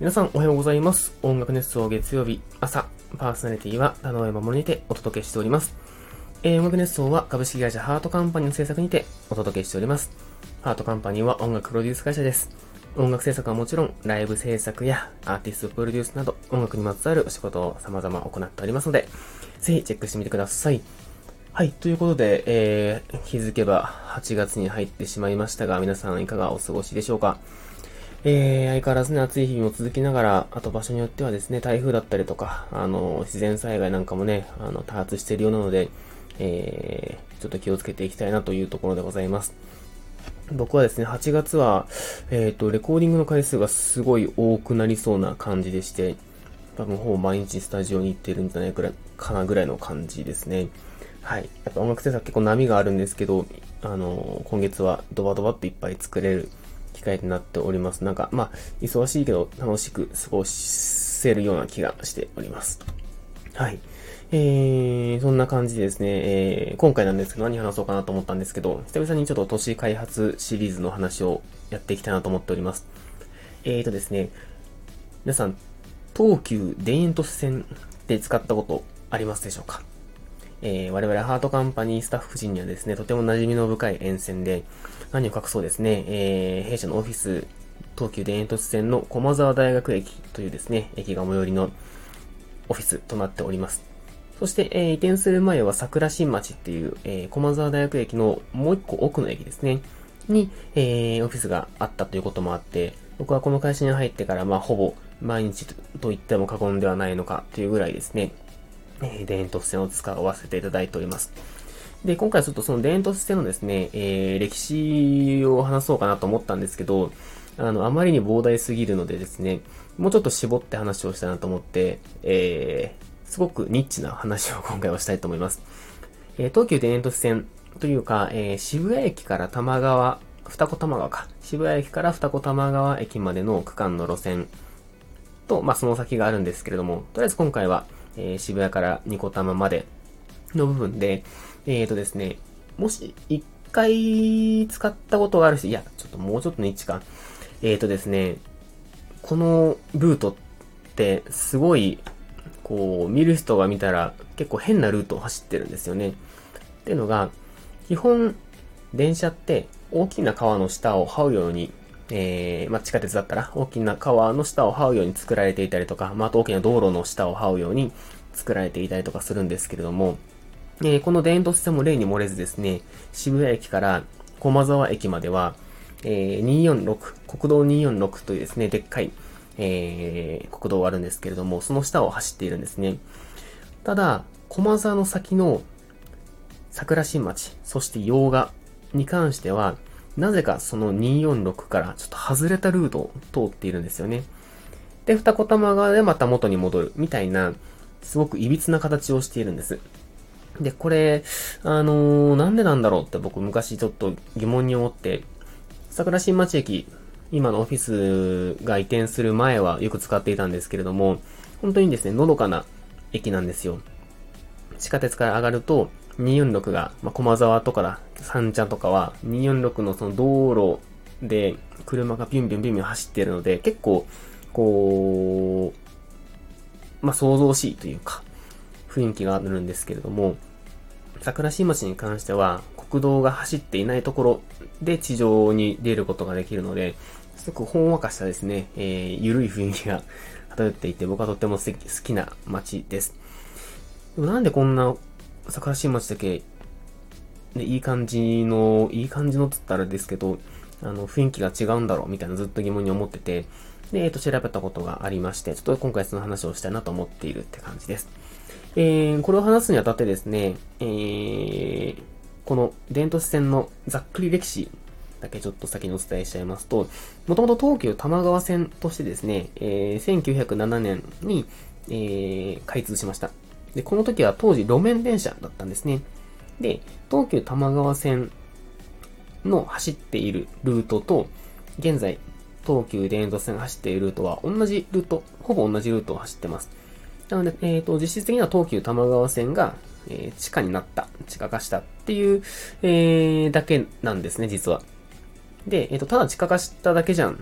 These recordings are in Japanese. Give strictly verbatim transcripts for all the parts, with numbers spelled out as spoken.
皆さんおはようございます。音楽熱奏月曜日朝、パーソナリティは田上守にてお届けしております。えー、音楽熱奏は株式会社ハートカンパニーの制作にてお届けしております。ハートカンパニーは音楽プロデュース会社です。音楽制作はもちろん、ライブ制作やアーティストプロデュースなど音楽にまつわるお仕事を様々行っておりますので、ぜひチェックしてみてください。はい、ということで、えー、気づけばはちがつに入ってしまいましたが、皆さんいかがお過ごしでしょうか。えー、相変わらずね、暑い日々も続きながら、あと場所によってはですね、台風だったりとか、あの、自然災害なんかもね、あの、多発しているようなので、えー、ちょっと気をつけていきたいなというところでございます。僕はですね、はちがつは、えっと、レコーディングの回数がすごい多くなりそうな感じでして、多分ほぼ毎日スタジオに行ってるんじゃないかなぐらいの感じですね。はい。やっぱ音楽制作結構波があるんですけど、あの、今月はドバドバっといっぱい作れる機会になっております。なんか、まあ、忙しいけど楽しく過ごせるような気がしております。はい。えー、そんな感じでですね、えー、今回なんですけど何話そうかなと思ったんですけど、久々にちょっと都市開発シリーズの話をやっていきたいなと思っております。えーとですね、皆さん、東急田園都市線で使ったことありますでしょうか。えー、我々ハートカンパニースタッフ陣にはですね、とても馴染みの深い沿線で、何を隠そうですね、えー、弊社のオフィス、東急田園都市線の駒沢大学駅というですね、駅が最寄りのオフィスとなっております。そして、えー、移転する前は桜新町っていう、えー、駒沢大学駅のもう一個奥の駅ですね、に、えー、オフィスがあったということもあって、僕はこの会社に入ってから、まあ、ほぼ毎日と言っても過言ではないのかというぐらいですね、えー、田園都市線を使わせていただいております。で、今回はちょっとその田園都市線のですね、えー、歴史を話そうかなと思ったんですけど、あの、あまりに膨大すぎるのでですね、もうちょっと絞って話をしたいなと思って、えー、すごくニッチな話を今回はしたいと思います。えー、東急田園都市線というか、えー、渋谷駅から多摩川、二子玉川か。渋谷駅から二子玉川駅までの区間の路線と、まあ、その先があるんですけれども、とりあえず今回は、えー、渋谷から二子玉までの部分で、えーとですね、もし一回使ったことがある人、いや、ちょっともうちょっとニッチか。えーとですね、このルートってすごい、こう、見る人が見たら結構変なルートを走ってるんですよね。っていうのが、基本、電車って大きな川の下を這うように、えー、まあ、地下鉄だったら大きな川の下を這うように作られていたりとか、まあ、あと大きな道路の下を這うように作られていたりとかするんですけれども、えー、この田園都市線も例に漏れずですね、渋谷駅から駒沢駅までは、えー、にひゃくよんじゅうろく、国道にひゃくよんじゅうろくというですね、でっかい、えー、国道があるんですけれども、その下を走っているんですね。ただ、駒沢の先の桜新町、そして洋画に関しては、なぜかそのにひゃくよんじゅうろくからちょっと外れたルートを通っているんですよね。で、二子玉川でまた元に戻るみたいな、すごく歪な形をしているんです。で、これ、あのー、なんでなんだろうって僕昔ちょっと疑問に思って、桜新町駅、今のオフィスが移転する前はよく使っていたんですけれども、本当にですね、のどかな駅なんですよ。地下鉄から上がると、にひゃくよんじゅうろくが、まあ、駒沢とか三茶とかは、にひゃくよんじゅうろくのその道路で車がビュンビュンビュンビュン走っているので、結構、こう、まあ、想像しいというか、雰囲気があるんですけれども、桜新町に関しては国道が走っていないところで地上に出ることができるので、すごくほんわかしたですね、えー、ゆるい雰囲気が漂っていて僕はとっても好きな町です。でもなんでこんな桜新町だけ、ね、いい感じの、いい感じのって言ったらあれですけど、あの雰囲気が違うんだろうみたいなずっと疑問に思ってて、で、えっと調べたことがありまして、ちょっと今回その話をしたいなと思っているって感じです。えー、これを話すにあたってですね、えー、この田園都市線のざっくり歴史だけちょっと先にお伝えしちゃいますと、もともと東急多摩川線としてですね、えー、せんきゅうひゃくななねんに、えー、開通しました。で、この時は当時路面電車だったんですね。で、東急多摩川線の走っているルートと、現在、東急田園都市線が走っているルートは同じルート、ほぼ同じルートを走ってます。なので、えっと、実質的には東急多摩川線が、えー、地下になった、地下化したっていう、えー、だけなんですね、実は。で、えっと、ただ地下化しただけじゃんって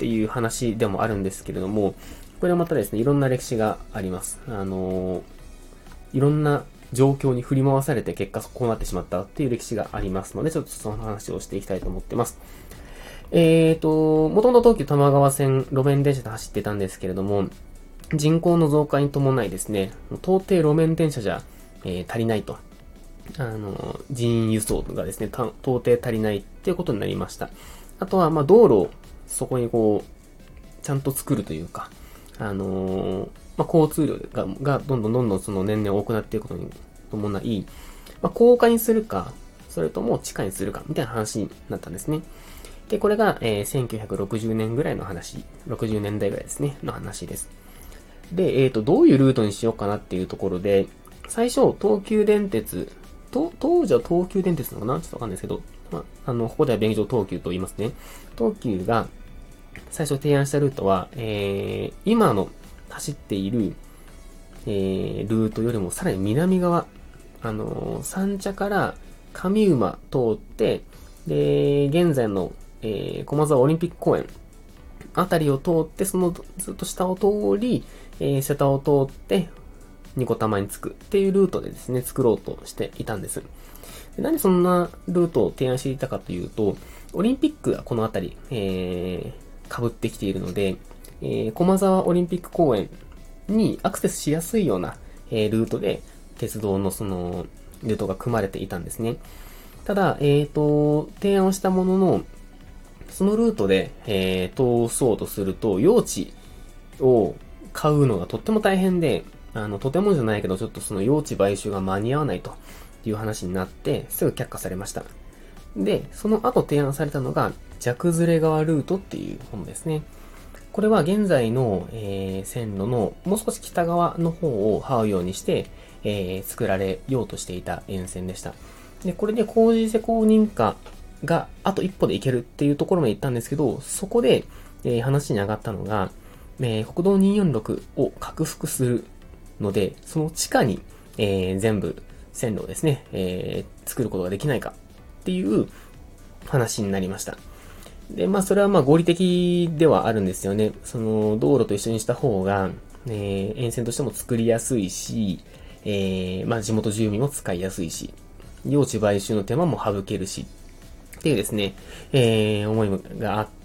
っていう話でもあるんですけれども、これはまたですね、いろんな歴史があります。あのー、いろんな状況に振り回されて結果こうなってしまったっていう歴史がありますので、ちょっとその話をしていきたいと思ってます。えーと、もともと東急多摩川線路面電車で走ってたんですけれども、人口の増加に伴いですね、到底路面電車じゃ、えー、足りないと。あの、人員輸送がですね、到底足りないっていうことになりました。あとは、ま、道路をそこにこう、ちゃんと作るというか、あのー、まあ、交通量が、がどんどんどんどんその年々多くなっていくことに伴い、まあ、高架にするか、それとも地下にするか、みたいな話になったんですね。で、これが、えー、せんきゅうひゃくろくじゅうねんぐらいの話、ろくじゅうねんだいぐらいですね、の話です。で、えっと、どういうルートにしようかなっていうところで、最初、東急電鉄、と当時は東急電鉄なのかなちょっとわかんないですけど、まあ、あの、ここでは便宜上東急と言いますね。東急が最初提案したルートは、えー、今の走っている、えー、ルートよりもさらに南側、あのー、三茶から上馬通って、で、現在の、えー、駒沢オリンピック公園あたりを通って、そのずっと下を通り、えー、瀬田を通って、ニコタマに着くっていうルートでですね、作ろうとしていたんです。でなんでそんなルートを提案していたかというと、オリンピックがこのあたり、えー、被ってきているので、えー、駒沢オリンピック公園にアクセスしやすいような、えー、ルートで、鉄道のその、ルートが組まれていたんですね。ただ、えっと、提案をしたものの、そのルートで、えー、通そうとすると、用地を買うのがとっても大変で、あの、とてもじゃないけど、ちょっとその用地買収が間に合わないという話になって、すぐ却下されました。で、その後提案されたのが、ジャクズレ川ルートっていうものですね。これは現在の、えー、線路のもう少し北側の方を這うようにして、えー、作られようとしていた沿線でした。で、これで工事施工認可があと一歩で行けるっていうところまで行ったんですけど、そこで、えー、話に上がったのが、えー、国道にひゃくよんじゅうろくを拡幅するので、その地下に、えー、全部線路をですね、えー、作ることができないかっていう話になりました。で、まあそれはまあ合理的ではあるんですよね。その道路と一緒にした方が、えー、沿線としても作りやすいし、えー、まあ地元住民も使いやすいし、用地買収の手間も省けるし、っていうですね、えー、思いがあって、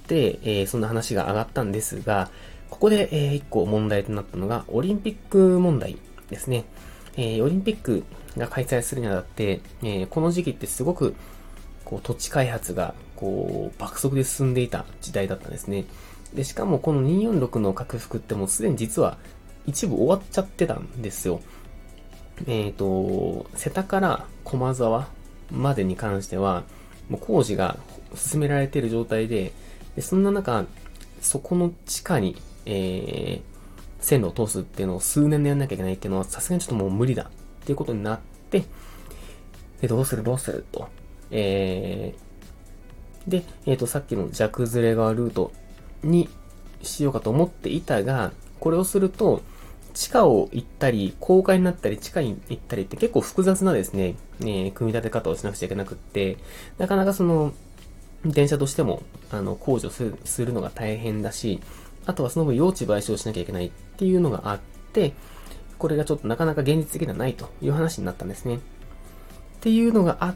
えー、そんな話が上がったんですが、ここで、えー、一個問題となったのが、オリンピック問題ですね。えー、オリンピックが開催するにあたって、えー、この時期ってすごく、こう、土地開発が、こう、爆速で進んでいた時代だったんですね。で、しかもこのにひゃくよんじゅうろくの拡幅ってもうすでに実は一部終わっちゃってたんですよ。えっと、瀬田から駒沢までに関しては、もう工事が進められている状態で、でそんな中、そこの地下に、えー、線路を通すっていうのを数年でやんなきゃいけないっていうのはさすがにちょっともう無理だっていうことになって、で、どうするどうすると。えー、で、えっと、さっきのジャクズレ川ルートにしようかと思っていたが、これをすると、地下を行ったり、高架になったり、地下に行ったりって結構複雑なですね、えー、組み立て方をしなくちゃいけなくって、なかなかその、電車としても、あの、工事をするのが大変だし、あとはその分用地買収をしなきゃいけないっていうのがあって、これがちょっとなかなか現実的ではないという話になったんですね。っていうのがあって、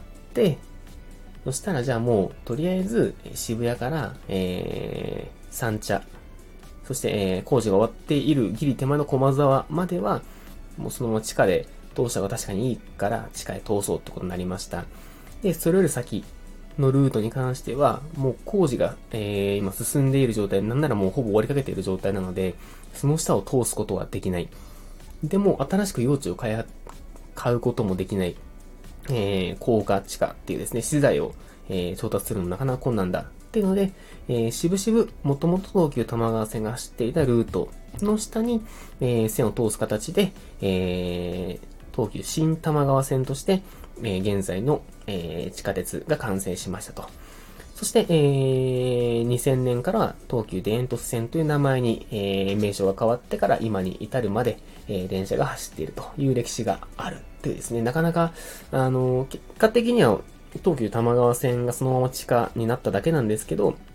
そしたらじゃあもう、とりあえず渋谷から、えー、三茶、そして、えー、工事が終わっているギリ手前の駒沢までは、もうそのまま地下で通した方が確かにいいから地下へ通そうってことになりました。で、それより先のルートに関しては、もう工事が、えー、今進んでいる状態、なんならもうほぼ終わりかけている状態なので、その下を通すことはできない。でも、新しく用地を買い、買うこともできない。えー、高架地下っていうですね、資材を、えー、調達するのもなかなか困難だ。っていうので、えー、しぶしぶ、もともと東急多摩川線が走っていたルートの下に、えー、線を通す形で、えー、東急新多摩川線として、えー、現在の、えー、地下鉄が完成しましたと。そして、えー、にせんねんからは東急田園都市線という名前に、えー、名称が変わってから今に至るまで、えー、電車が走っているという歴史があるというですね、なかなか、あの、結果的には東急多摩川線がそのまま地下になっただけなんですけど、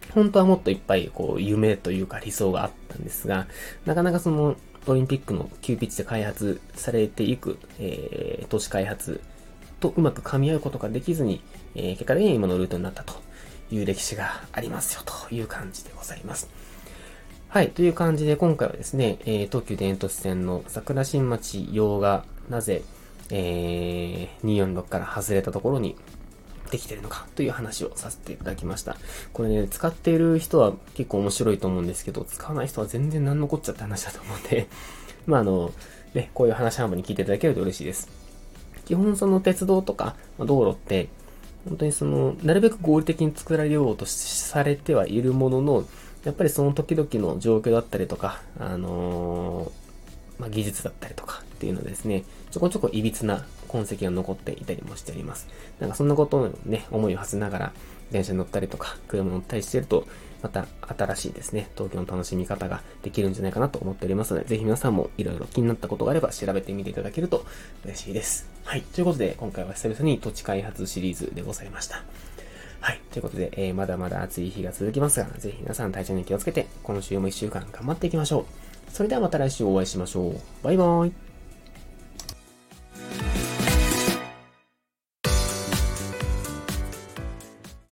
本当はもっといっぱいこう夢というか理想があったんですが、なかなかそのオリンピックの急ピッチで開発されていく、えー、都市開発とうまく噛み合うことができずに、えー、結果的に今のルートになったという歴史がありますよという感じでございます。はい。という感じで今回はですね、えー、東急田園都市線の桜新町用がなぜ、えー、にーよんろくから外れたところにできてるのかという話をさせていただきました。これね、使っている人は結構面白いと思うんですけど、使わない人は全然何のこっちゃって話だと思うんで、まああの、ね、こういう話半分に聞いていただけると嬉しいです。基本その鉄道とか道路って、本当にその、なるべく合理的に作られようとされてはいるものの、やっぱりその時々の状況だったりとか、あのー、まあ、技術だったりとかっていうのですね、ちょこちょこ歪な痕跡が残っていたりもしております。なんかそんなことをね、思いを馳せながら電車に乗ったりとか、車に乗ったりしてると、また新しいですね、東京の楽しみ方ができるんじゃないかなと思っておりますので、ぜひ皆さんもいろいろ気になったことがあれば調べてみていただけると嬉しいです。はい。ということで、今回は久々に土地開発シリーズでございました。はい。ということで、えー、まだまだ暑い日が続きますが、ぜひ皆さん体調に気をつけて、今週も一週間頑張っていきましょう。それではまた来週お会いしましょう。バイバーイ。